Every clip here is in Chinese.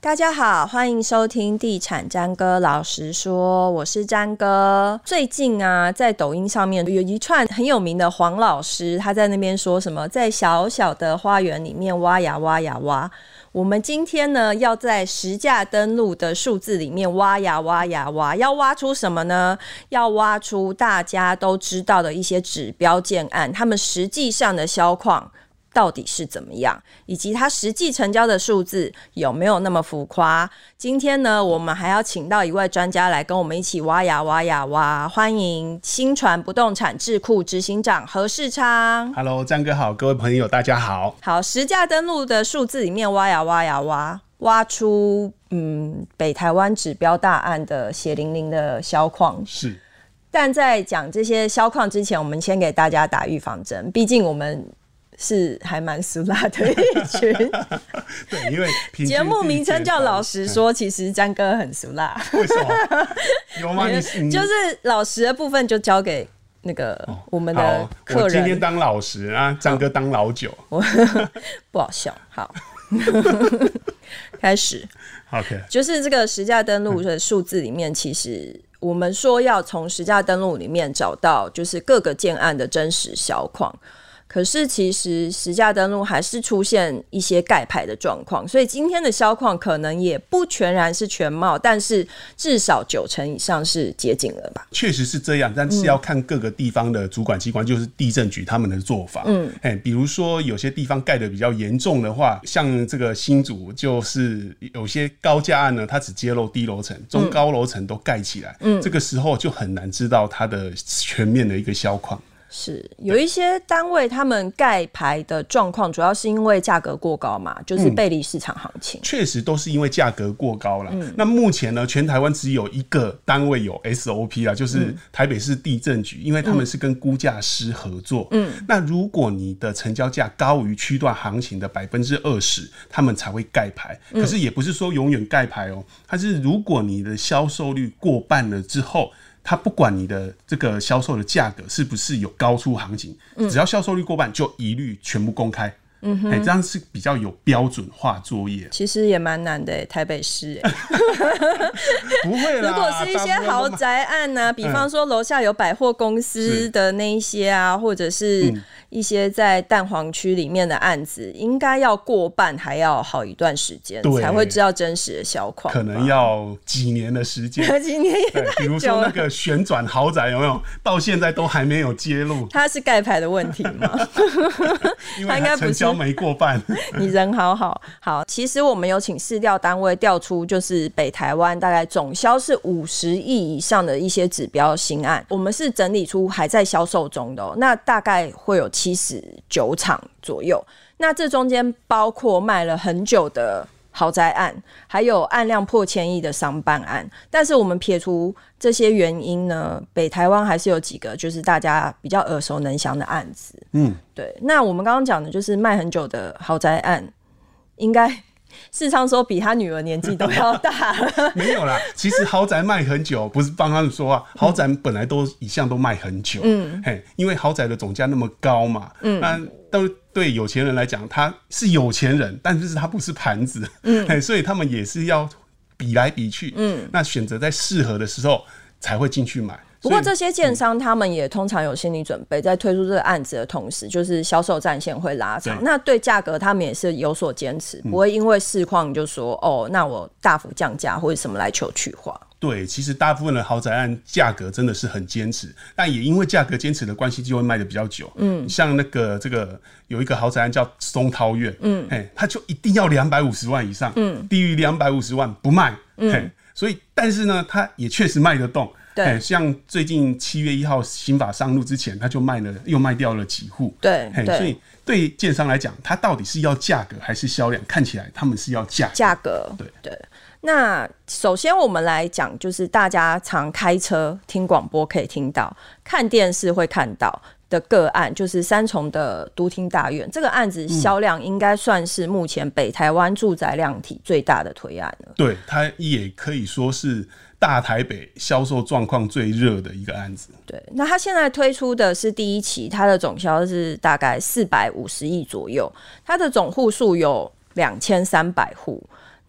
大家好，欢迎收听地产詹哥老实说，我是詹哥。最近啊，在抖音上面有一串很有名的黄老师，他在那边说什么在小小的花园里面挖呀挖呀挖。我们今天呢，要在实价登录的数字里面挖呀挖呀挖，要挖出什么呢？要挖出大家都知道的一些指标建案，他们实际上的销况到底是怎么样，以及它实际成交的数字有没有那么浮夸。今天呢，我们还要请到一位专家来跟我们一起挖呀挖呀挖，欢迎新传不动产智库执行长何世昌。 Hello， 詹哥好，各位朋友大家好。 好，实价登录的数字里面挖呀挖呀挖，挖出北台湾指标大案的血淋淋的销况。 是， 但在讲这些销况之前，我们先给大家打预防针，毕竟我们是还蛮俗辣的一群对，因为节目名称叫老实说，其实詹哥很俗辣。 为什么？有吗？你就是老实的部分就交给那个我们的客人。 我今天当老实啊，詹哥当老酒， 不好笑。好，开始。 OK， 就是这个实价登录的数字里面，其实我们说要从实价登录里面找到就是各个建案的真实销况。可是其实实价登录还是出现一些盖牌的状况，所以今天的销况可能也不全然是全貌，但是至少90%以上是接近了吧。 确实是这样，但是要看各个地方的主管机关，就是地政局他们的做法。比如说有些地方盖的比较严重的话，像这个新竹就是有些高价案呢，它只揭露低楼层，中高楼层都盖起来，这个时候就很难知道它的全面的一个销况。 是有一些单位他们盖牌的状况主要是因为价格过高嘛，就是背离市场行情。 确实都是因为价格过高啦。那目前呢，全台湾只有一个单位有 SOP 啦，就是台北市地政局，因为他们是跟估价师合作。那如果你的成交价高于区段行情的20%，他们才会盖牌。可是也不是说永远盖牌哦，它是如果你的销售率过半了之后，他不管你的这个销售的价格是不是有高出行情，只要销售率过半就一律全部公开。这样是比较有标准化作业。 其实也蛮难的耶，台北市不会啦， 如果是一些豪宅案啊，比方说楼下有百货公司的那一些啊，或者是一些在蛋黄区里面的案子，应该要过半还要好一段时间才会知道真实的销况， 可能要几年的时间。 几年也太久了。 比如说那个旋转豪宅有没有到现在都还没有揭露？ 它是盖牌的问题吗？ 因为它成交没过半。 你人好好。好，其实我们有请市调单位调出，就是北台湾大概总销是50亿以上的一些指标新案，我们是整理出还在销售中的那大概会有79场左右。那这中间包括卖了很久的豪宅案，还有案量破1000亿的商办案。但是我们撇除这些原因呢，北台湾还是有几个就是大家比较耳熟能详的案子。对。那我们刚刚讲的就是卖很久的豪宅案，应该世昌说比他女儿年纪都要大了。没有啦，其实豪宅卖很久，不是帮他们说啊，豪宅本来都一向都卖很久。因为豪宅的总价那么高嘛。那对有钱人来讲，他是有钱人，但是他不是盘子。所以他们也是要比来比去。那选择在适合的时候才会进去买。 不过这些建商他们也通常有心理准备，在推出这个案子的同时，就是销售战线会拉长。那对价格他们也是有所坚持，不会因为市况就说那我大幅降价或者什么来求取化。 对，其实大部分的豪宅案价格真的是很坚持，但也因为价格坚持的关系，就会卖的比较久。像这个有一个豪宅案叫松涛苑，它就一定要250万以上，低于250万不卖。所以但是呢，它也确实卖得动。像最近7月1号新法上路之前，他就又卖掉了几户。 对， 所以对建商来讲，他到底是要价格还是销量？看起来他们是要价格。对。 那首先我们来讲，就是大家常开车听广播可以听到，看电视会看到的个案，就是三重的都厅大院。这个案子销量应该算是目前北台湾住宅量体最大的推案了。 对，它也可以说是大台北销售状况最热的一个案子。 对，那它现在推出的是第一期，它的总销是大概450亿左右，它的总户数有2300户。那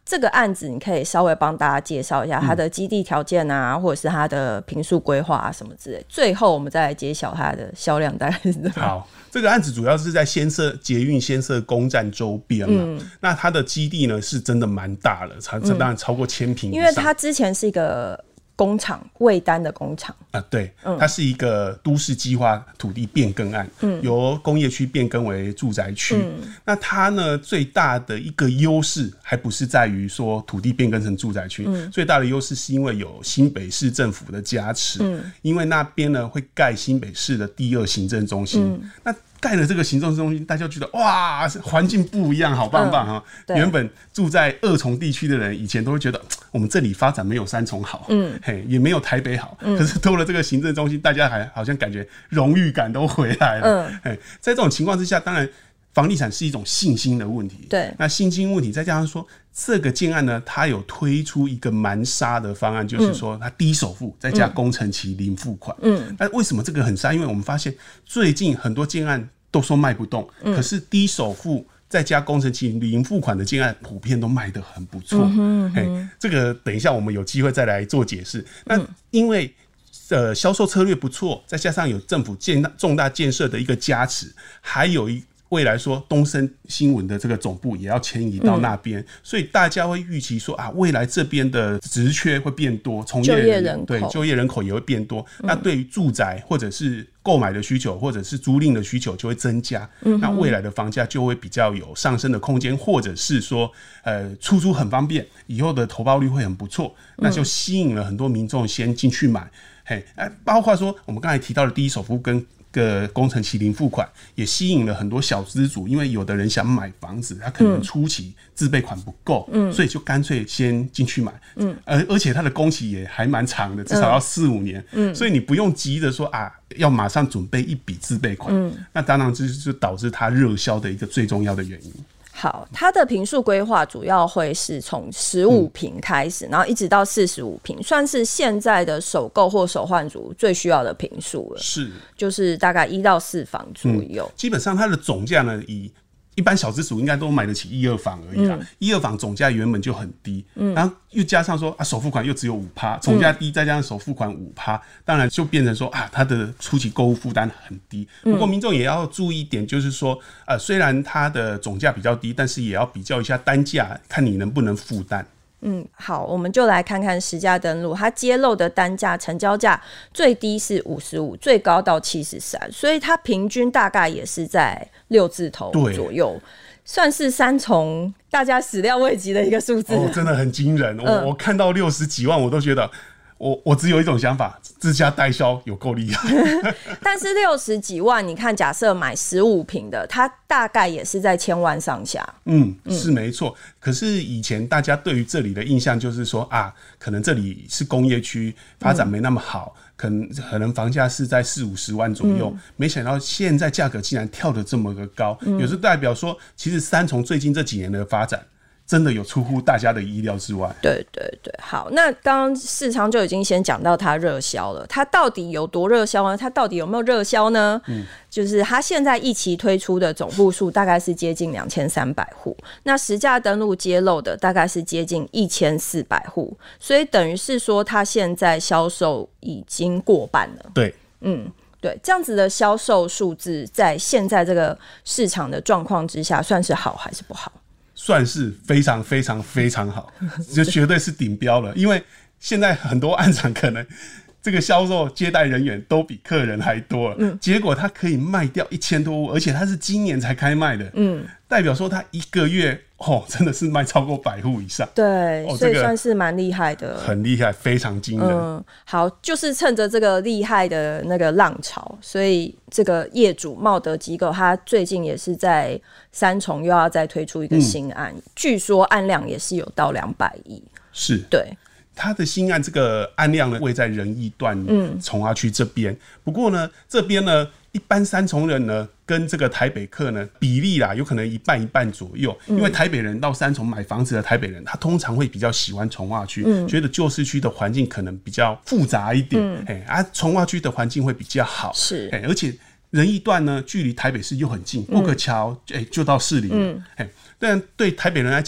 这个案子你可以稍微帮大家介绍一下它的基地条件啊，或者是它的坪数规划啊什么之类，最后我们再来揭晓它的销量大概是怎么样。 好，这个案子主要是在捷运先设公站周边那它的基地呢是真的蛮大的，当然超过1000坪以上， 因为它之前是一个工厂，卫单的工厂对，它是一个都市计划土地变更案，由工业区变更为住宅区。那它呢最大的一个优势还不是在于说土地变更成住宅区，最大的优势是因为有新北市政府的加持，因为那边呢会盖新北市的第2行政中心。那盖了这个行政中心，大家觉得哇，环境不一样，好棒棒啊！原本住在2重地区的人，以前都会觉得我们这里发展没有3重好，也没有台北好。可是多了这个行政中心，大家还好像感觉荣誉感都回来了。在这种情况之下，当然房地产是一种信心的问题。 对， 那信心问题，再加上说这个建案呢，它有推出一个蛮杀的方案，就是说它低首付再加工程期零付款。那为什么这个很杀？因为我们发现最近很多建案都说卖不动，可是低首付再加工程期零付款的建案普遍都卖得很不错。这个等一下我们有机会再来做解释。那因为销售策略不错，再加上有政府重大建设的一个加持，还有未来说东森新闻的这个总部也要迁移到那边，所以大家会预期说未来这边的职缺会变多，从业人口，对，就业人口也会变多。那对于住宅或者是购买的需求或者是租赁的需求就会增加，那未来的房价就会比较有上升的空间，或者是说出租很方便，以后的投报率会很不错，那就吸引了很多民众先进去买。包括说我们刚才提到的低首付跟工程期零付款，也吸引了很多小资族，因为有的人想买房子，他可能初期自备款不够，所以就干脆先进去买，而且他的工期也还蛮长的，至少要4-5年，所以你不用急着说要马上准备一笔自备款，那当然这就导致它热销的一个最重要的原因。 好，它的坪数规划主要会是从15坪开始，然后一直到45坪，算是现在的首购或首换族最需要的坪数了。是，就是大概1到4房左右。 基本上它的总价呢，以一般小资族应该都买得起1、2房而已啦。1、2房总价原本就很低，然后又加上说首付款又只有 5%， 总价低，再加上首付款 5%， 当然就变成说它的初期购物负担很低。不过民众也要注意一点，就是说虽然它的总价比较低，但是也要比较一下单价，看你能不能负担。 好，我们就来看看实价登录，它揭露的单价成交价最低是55，最高到73，所以它平均大概也是在6字头左右，算是3重大家始料未及的一个数字。 真的很惊人。我看到60几万我都觉得我只有一种想法，自家代销有够厉害。 但是60几万，你看假设买15坪的，它大概也是在1000万上下。 是没错。可是以前大家对于这里的印象就是说可能这里是工业区，发展没那么好，可能房价是在40-50万左右，没想到现在价格竟然跳得这么个高，有时代表说其实3重最近这几年的发展真的有出乎大家的意料之外。 对对对，好，那刚刚世昌就已经先讲到它热销了，它到底有多热销呢？它到底有没有热销呢？就是它现在一期推出的总户数大概是接近2300户，那实价登录揭露的大概是接近1400户，所以等于是说它现在销售已经过半了。 对， 对，这样子的销售数字在现在这个市场的状况之下，算是好还是不好？ 算是非常非常非常好，就绝对是顶标了。因为现在很多案场可能这个销售接待人员都比客人还多了，结果他可以卖掉1000多户，而且他是今年才开卖的，代表说他1个月真的是卖超过100户以上。 对，所以算是蛮厉害的， 很厉害，非常惊人。 好，就是趁着这个厉害的那个浪潮，所以这个业主茂德机构，他最近也是在3重又要再推出一个新案，据说案量也是有到200亿。是，对。 他的新案这个案量呢，位在仁义段重划区这边。不过呢，这边呢，一般3重人呢，跟这个台北客呢比例啦，有可能一半一半左右。因为台北人到3重买房子的台北人，他通常会比较喜欢重划区，觉得旧市区的环境可能比较复杂一点，重划区的环境会比较好。是，而且仁义段呢，距离台北市又很近，过个桥就到市里了。但对台北人来讲，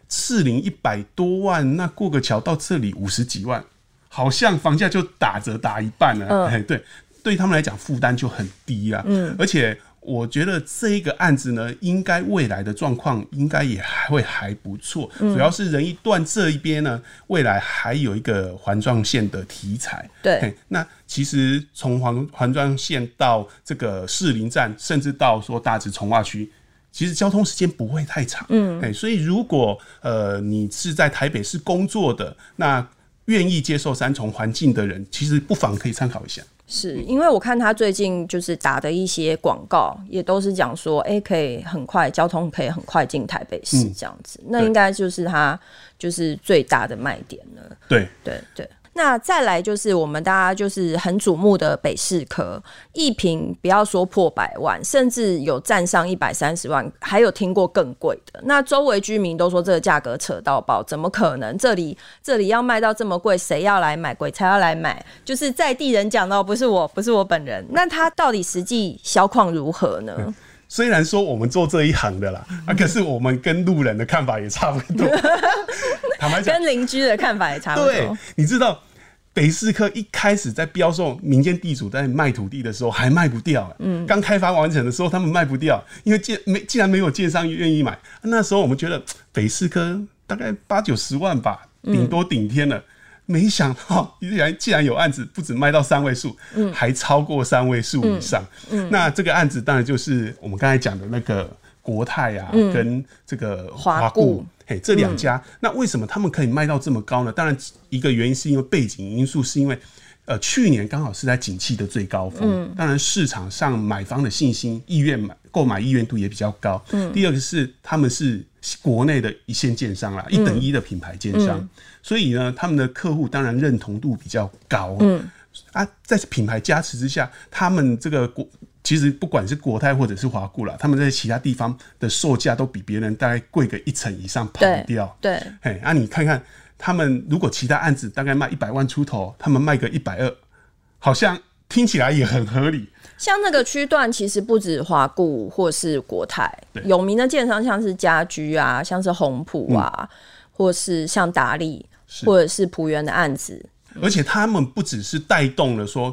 士林100多万，那过个桥到这里50几万，好像房价就打折打一半了。对，对他们来讲负担就很低啊。而且我觉得这一个案子呢，应该未来的状况应该也还不错。主要是仁义段这一边呢，未来还有一个环状线的题材。 对， 那其实从环状线到这个士林站，甚至到说大直重划区，其实交通时间不会太长。所以如果你是在台北市工作的，那愿意接受三重环境的人，其实不妨可以参考一下。 是因为我看他最近就是打的一些广告，也都是讲说，可以很快交通可以很快进台北市这样子，那应该就是他就是最大的卖点了。 对对对。那再来就是我们大家就是很瞩目的北士科，一坪不要说破100万，甚至有站上130万，还有听过更贵的。那周围居民都说这个价格扯到爆，怎么可能？这里要卖到这么贵，谁要来买？鬼才要来买。就是在地人讲到，不是我本人。那他到底实际销况如何呢？ 虽然说我们做这一行的啦，可是我们跟路人的看法也差不多。坦白讲， 跟邻居的看法也差不多。 对，你知道北士科一开始在标售，民间地主在卖土地的时候还卖不掉。刚开发完成的时候他们卖不掉，因为既然没有建商愿意买，那时候我们觉得北士科大概80-90万吧，顶多顶天了。没想到既然有案子不止卖到3位数，还超过3位数以上。那这个案子当然就是我们刚才讲的那个国泰啊，跟这个华固这两家。那为什么他们可以卖到这么高呢？当然一个原因是因为背景因素，是因为去年刚好是在景气的最高峰，当然市场上买方的信心、购买意愿度也比较高。第二个是他们是国内的一线建商啦，一等一的品牌建商，所以呢，他们的客户当然认同度比较高。在品牌加持之下，他们这个其实不管是国泰或者是华固啦，他们在其他地方的售价都比别人大概贵个1成以上跑不掉。 对， 你看看他们如果其他案子大概卖100万出头，他们卖个120，好像听起来也很合理。 像那个区段其实不止华固或是国泰，有名的建商像是家居啊，像是宏普啊，或是像达利或者是璞园的案子。 而且他们不只是带动了说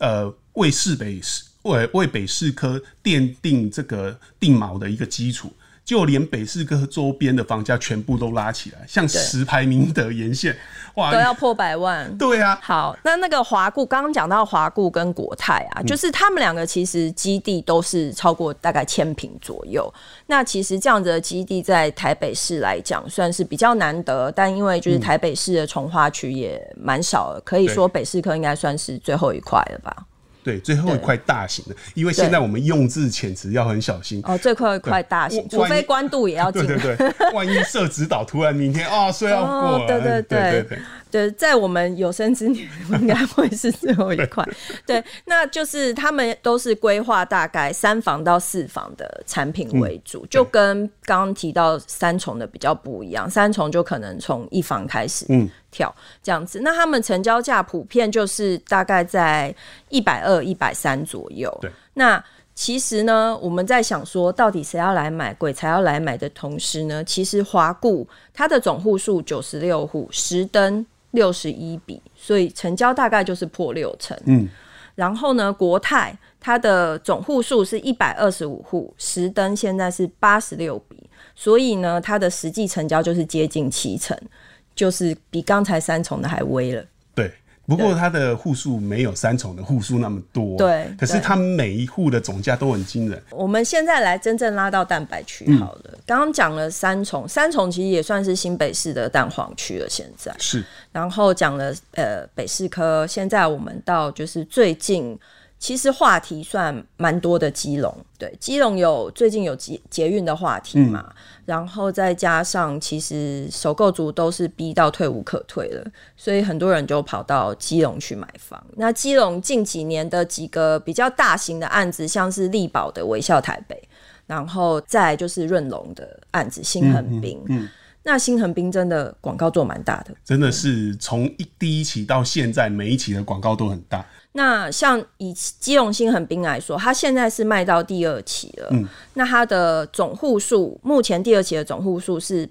为北士科奠定这个定锚的一个基础，就连北士科周边的房价全部都拉起来，像石牌明德沿线哇都要破100万。 对啊。 好，那个华固刚刚讲到华固跟国泰啊，就是他们两个其实基地都是超过大概1000坪左右。那其实这样子的基地在台北市来讲算是比较难得，但因为就是台北市的重划区也蛮少的，可以说北士科应该算是最后一块了吧。 对，最后一块大型的，因为现在我们用字遣词要很小心。 最后一块大型，除非关渡也要进。 对，万一社指导突然明天说要过了， 对，在我们有生之年应该会是最后一块。对，那就是他们都是规划大概3房到4房的产品为主，就跟刚刚提到三重的比较不一样，三重就可能从1房开始跳这样子。那他们成交价普遍就是大概在120、130左右。对，那其实呢，我们在想说，到底谁要来买，鬼才要来买的同时呢，其实华固它的总户数96户，10登61笔，所以成交大概就是破6成。然后呢，国泰它的总户数是125户，10登现在是86笔，所以呢，它的实际成交就是接近7成，就是比刚才三重的还微了。 对。不过它的户数没有三重的户数那么多， 对， 可是它每一户的总价都很惊人。 我们现在来真正拉到蛋白区好了。刚刚讲了三重其实也算是新北市的蛋黄区了，现在是。然后讲了北士科，现在我们到就是最近。其实话题算蛮多的，基隆，对，基隆最近有捷运的话题嘛，然后再加上其实首购族都是逼到退无可退了，所以很多人就跑到基隆去买房。那基隆近几年的几个比较大型的案子，像是力宝的微笑台北，然后再来就是润隆的案子新横滨。 那新横滨真的广告做蛮大的， 真的是从第一期到现在每一期的广告都很大。 那像以基隆新横滨来说，它现在是卖到第2期了，那它的总户数目前第2期的总户数是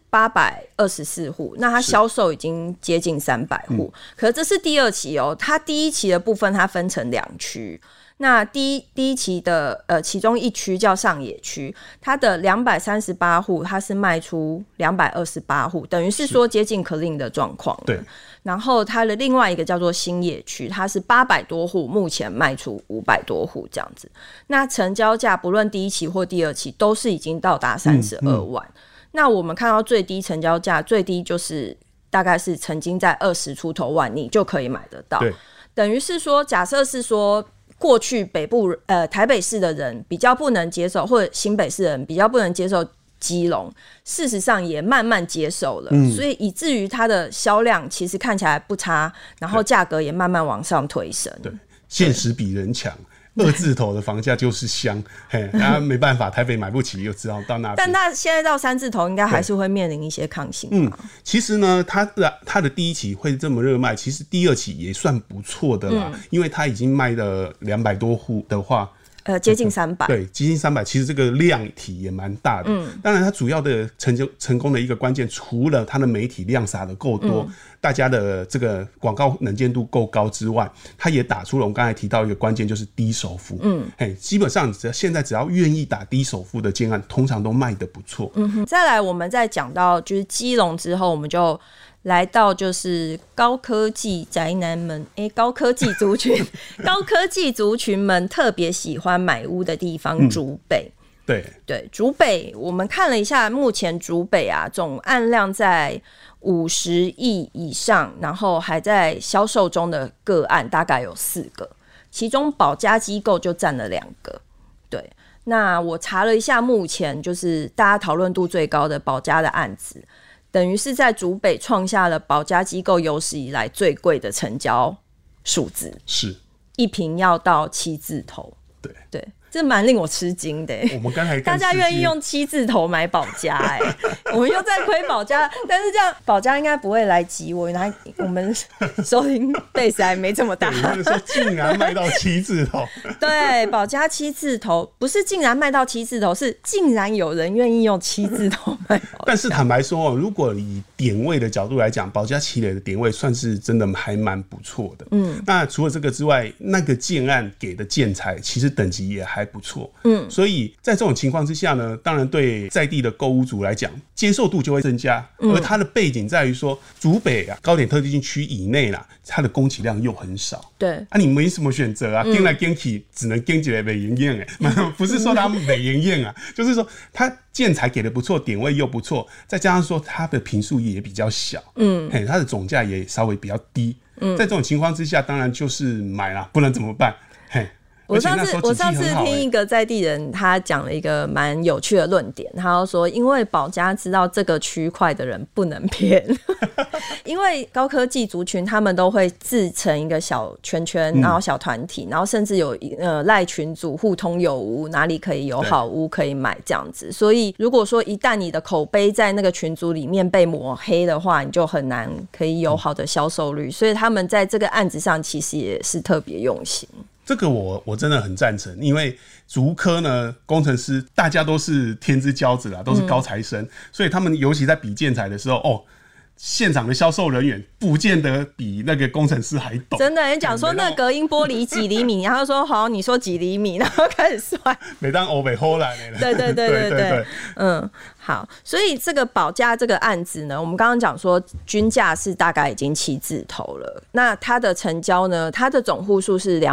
824户，那它销售已经接近300户，可是这是第2期哦，它第1期的部分它分成2区。那第一期的其中一区叫上野区，它的238户，它是卖出228户，等于是说接近 clean 的状况。 对。 然后它的另外一个叫做新野区，它是800多户，目前卖出500多户这样子。那成交价不论第1期或第2期都是已经到达32万。那我们看到最低成交价，最低就是大概是曾经在20出头万，你就可以买得到。 对。 等于是说，假设是说。过去北部台北市的人比较不能接受，或者新北市的人比较不能接受基隆，事实上也慢慢接受了，所以以至于它的销量其实看起来不差，然后价格也慢慢往上推升。 对，现实比人强。2字头的房价就是香，那没办法，台北买不起，又只好到那边。 但它现在到3字头，应该还是会面临一些抗性吧。 其实呢，它的第1期会这么热卖，其实第2期也算不错的啦，因为它已经卖了200多户的话。 接近300， 对，接近300，其实这个量体也蛮大的。当然，它主要的成功的一个关键，除了它的媒体量撒的够多，大家的这个广告能见度够高之外，它也打出了我们刚才提到一个关键，就是低首付。基本上现在只要愿意打低首付的建案，通常都卖得不错。 再来，我们再讲到就是基隆之后，我们就。来到就是高科技宅男们，高科技族群，高科技族群们特别喜欢买屋的地方，竹北。 对， 竹北，我们看了一下，目前竹北啊，总案量在50亿以上，然后还在销售中的个案大概有4个，其中保家机构就占了2个。对，那我查了一下，目前就是大家讨论度最高的保家的案子。等于是在竹北创下了保家机构有史以来最贵的成交数字， 是一坪要到7字头。对，这蛮令我吃惊的。 我们刚才大家愿意用7字头买保家，我们又在亏保家，但是这样保家应该不会来挤我，我们收听base还没这么大。 他们说竟然卖到7字头， 对，保家7字头不是竟然卖到7字头，是竟然有人愿意用7字头买保家。 但是坦白说，如果以点位的角度来讲，保家旗垒的点位算是真的还蛮不错的。那除了这个之外，那个建案给的建材其实等级也还不错。所以在这种情况之下呢，当然对在地的购屋族来讲，接受度就会增加。而它的背景在于说，竹北啊高点特地区以内啦，它的供给量又很少。 对你没什么选择啊，跟来跟去只能跟起来美妍妍不是说它美妍妍啊，就是说它建材给的不错，点位又不错，再加上说它的坪数也比较小，它的总价也稍微比较低。在这种情况之下，当然就是买啦，不然怎么办？ 我上次听一个在地人，他讲了一个蛮有趣的论点，他就说，因为保家知道这个区块的人不能骗，因为高科技族群他们都会自成一个小圈圈，然后小团体，然后甚至有赖群组互通有无，哪里可以有好屋可以买这样子。所以如果说一旦你的口碑在那个群组里面被抹黑的话，你就很难可以有好的销售率。所以他们在这个案子上其实也是特别用心。 这个我真的很赞成，因为竹科呢，工程师大家都是天之骄子啦，都是高材生，所以他们尤其在比建材的时候，现场的销售人员不见得比那个工程师还懂。真的，你讲说那隔音玻璃几厘米，然后说好，你说几厘米，然后开始算。 每当欧北后来呢？ 对，好，所以这个保家这个案子呢，我们刚刚讲说均价是大概已经7字头了。那它的成交呢，它的总户数是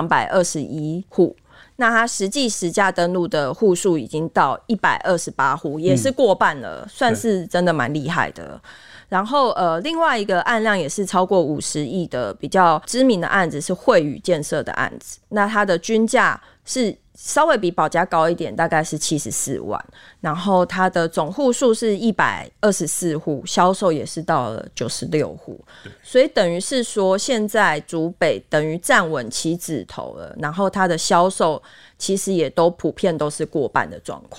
221户。那它实际实价登录的户数已经到128户，也是过半了，算是真的蛮厉害的。然后另外一个案量也是超过50亿的比较知名的案子是惠宇建设的案子，那它的均价是稍微比保家高一点，大概是74万，然后它的总户数是124户，销售也是到了96户，所以等于是说现在竹北等于站稳7字头了，然后它的销售其实也都普遍都是过半的状况。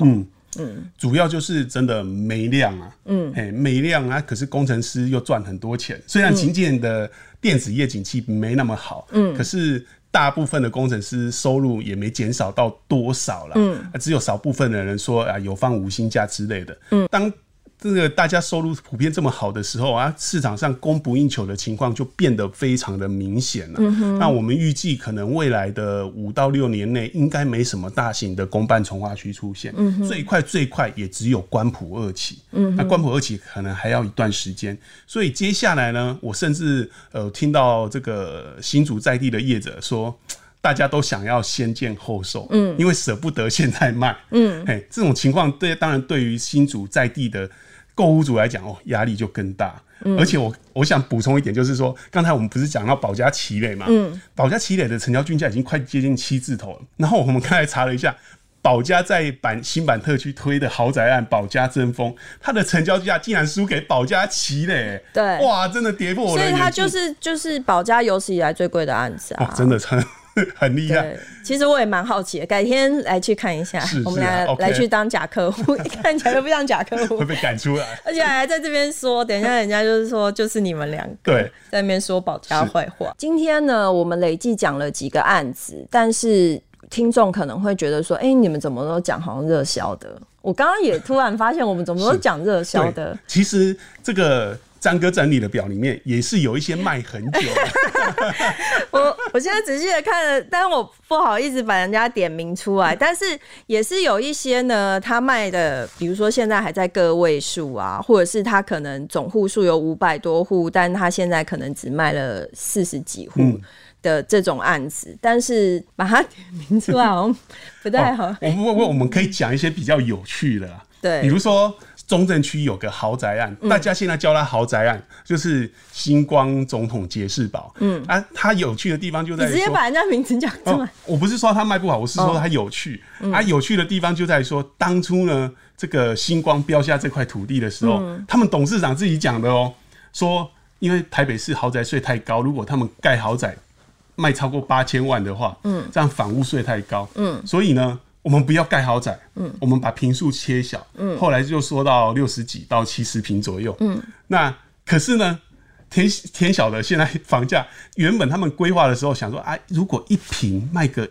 主要就是真的没量啊，没量啊，可是工程师又赚很多钱。虽然勤俭的电子业景气没那么好，可是大部分的工程师收入也没减少到多少啦，只有少部分的人说啊有放5星假之类的，当这个大家收入普遍这么好的时候啊，市场上供不应求的情况就变得非常的明显了。那我们预计可能未来的5到6年内应该没什么大型的公办重划区出现，最快也只有关埔2期，那关埔2期可能还要一段时间。所以接下来呢，我甚至听到这个新竹在地的业者说，大家都想要先建后售，因为舍不得现在卖，这种情况当然对于新竹在地的购屋主来讲，压力就更大。而且我想补充一点，就是说，刚才我们不是讲到保家旗垒嘛？保家旗垒的成交均价已经快接近7字头了。然后我们刚才查了一下，保家在新版特区推的豪宅案保家争锋，它的成交价竟然输给保家旗垒， 对， 哇，真的跌破我的眼镜。 所以它就是保家有史以来最贵的案子啊， 真的很厉害。 其实我也蛮好奇的，改天来去看一下。我们来去当假客户，看起来都不像假客户， 会被赶出来， 而且还在这边说，等一下人家就是说，就是你们2个对在那边说保家坏话。今天呢，我们累计讲了几个案子，但是听众可能会觉得说，你们怎么都讲好像热销的？我刚刚也突然发现，我们怎么都讲热销的。 其实这个詹哥整理的表里面也是有一些卖很久的。 我现在仔细的看了，但我不好意思把人家点名出来，但是也是有一些呢，他卖的，比如说现在还在个位数啊，或者是他可能总户数有500多户，但他现在可能只卖了40几户的这种案子，但是把它点名出来好像不太好。 我们可以讲一些比较有趣的啦， 对， 比如说中正区有个豪宅案，大家现在叫它豪宅案，就是星光总统杰士堡。它有趣的地方就在于说， 你直接把人家名字讲出来。 我不是说它卖不好，我是说它有趣。有趣的地方就在于说，当初呢，这个星光标下这块土地的时候，他们董事长自己讲的说因为台北市豪宅税太高，如果他们盖豪宅卖超过8000万的话，这样房屋税太高，所以呢，我们不要盖豪宅，我们把坪数切小，后来就说到60几到70坪左右，那可是呢，天晓得现在房价，原本他们规划的时候想说，如果1坪卖个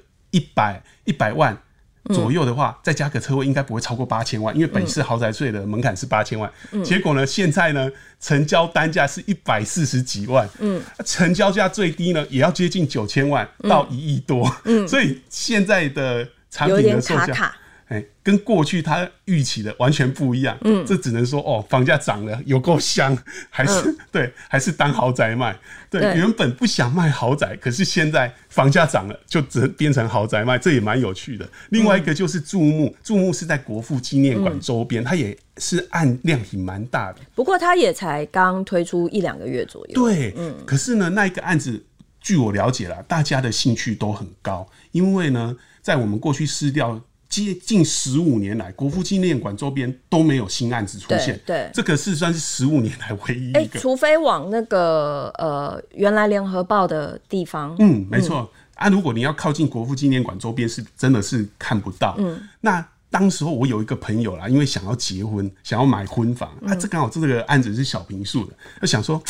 100万左右的话，再加个车位应该不会超过8000万，因为北市豪宅税的门槛是8000万。结果呢，现在呢，成交单价是140几万，成交价最低呢也要接近9000万到1亿多，所以现在的产品的售价跟过去他预期的完全不一样。这只能说房价涨了有够香，还是对，还是当豪宅卖。对，原本不想卖豪宅，可是现在房价涨了，就只变成豪宅卖，这也蛮有趣的。另外一个就是注目是在国父纪念馆周边，它也是案量体蛮大的。不过它也才刚推出1-2个月左右。 对，可是呢，那一个案子据我了解啦，大家的兴趣都很高，因为呢，在我们过去市调接近15年来，国父纪念馆周边都没有新案子出现。对，这个是算是15年来唯一一个。 除非往那个原来联合报的地方。 没错。如果你要靠近国父纪念馆周边，是真的是看不到。那当时候我有一个朋友啦，因为想要结婚，想要买婚房，这刚好这个案子是小坪数的，就想说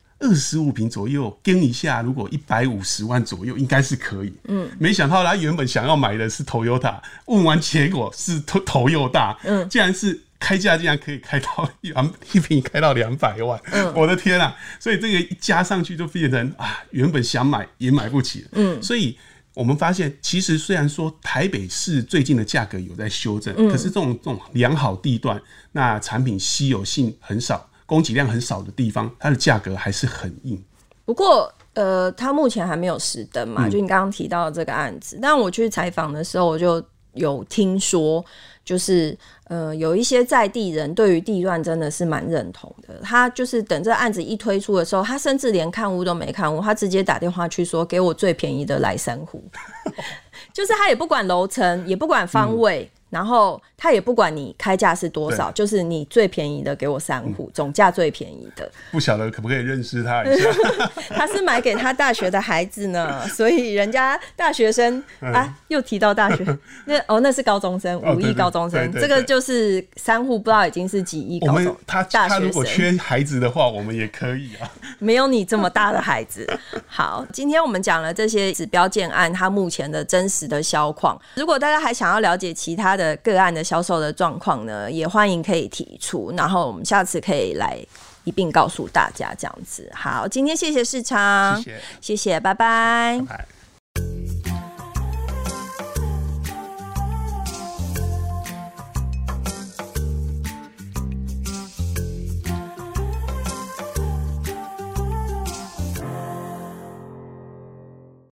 25坪左右跟一下，如果150万左右应该是可以。没想到他原本想要买的是 Toyota， 问完结果是Toyota，竟然是开价竟然可以开到1坪开到200万，我的天啊！所以这个一加上去就变成原本想买也买不起了。所以我们发现，其实虽然说台北市最近的价格有在修正，可是这种良好地段，那产品稀有性很少，供给量很少的地方，它的价格还是很硬。 不过它目前还没有实登嘛，就你刚刚提到的这个案子。但我去采访的时候，我就有听说，就是有一些在地人对于地段真的是蛮认同的。他就是等这案子一推出的时候，他甚至连看屋都没看屋，他直接打电话去说给我最便宜的来3户，就是他也不管楼层，也不管方位。 然后他也不管你开价是多少，就是你最便宜的给我3户，总价最便宜的。 不晓得可不可以认识他一下？ 他是买给他大学的孩子呢，所以人家大学生啊，又提到大学，那是高中生，5亿高中生，这个就是3户不知道已经是几亿高中生。 他如果缺孩子的话，我们也可以啊。 没有你这么大的孩子。好，今天我们讲了这些指标建案它目前的真实的销况，如果大家还想要了解其他的个案的销售的状况呢，也欢迎可以提出，然后我们下次可以来一并告诉大家这样子。好，今天谢谢市场，谢谢，拜拜。 拜拜。